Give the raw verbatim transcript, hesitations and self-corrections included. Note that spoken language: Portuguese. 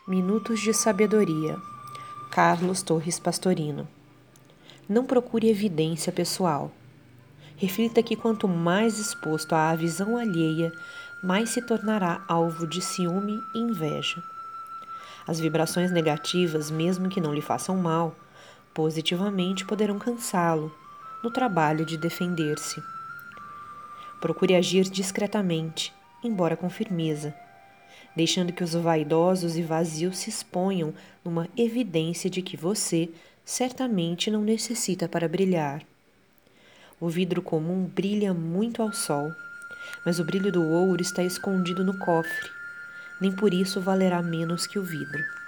Minutos de Sabedoria, Carlos Torres Pastorino. Não procure evidência pessoal. Reflita que quanto mais exposto à visão alheia, mais se tornará alvo de ciúme e inveja. As vibrações negativas, mesmo que não lhe façam mal, positivamente poderão cansá-lo no trabalho de defender-se. Procure agir discretamente, embora com firmeza, deixando que os vaidosos e vazios se exponham numa evidência de que você certamente não necessita para brilhar. O vidro comum brilha muito ao sol, mas o brilho do ouro está escondido no cofre. Nem por isso valerá menos que o vidro.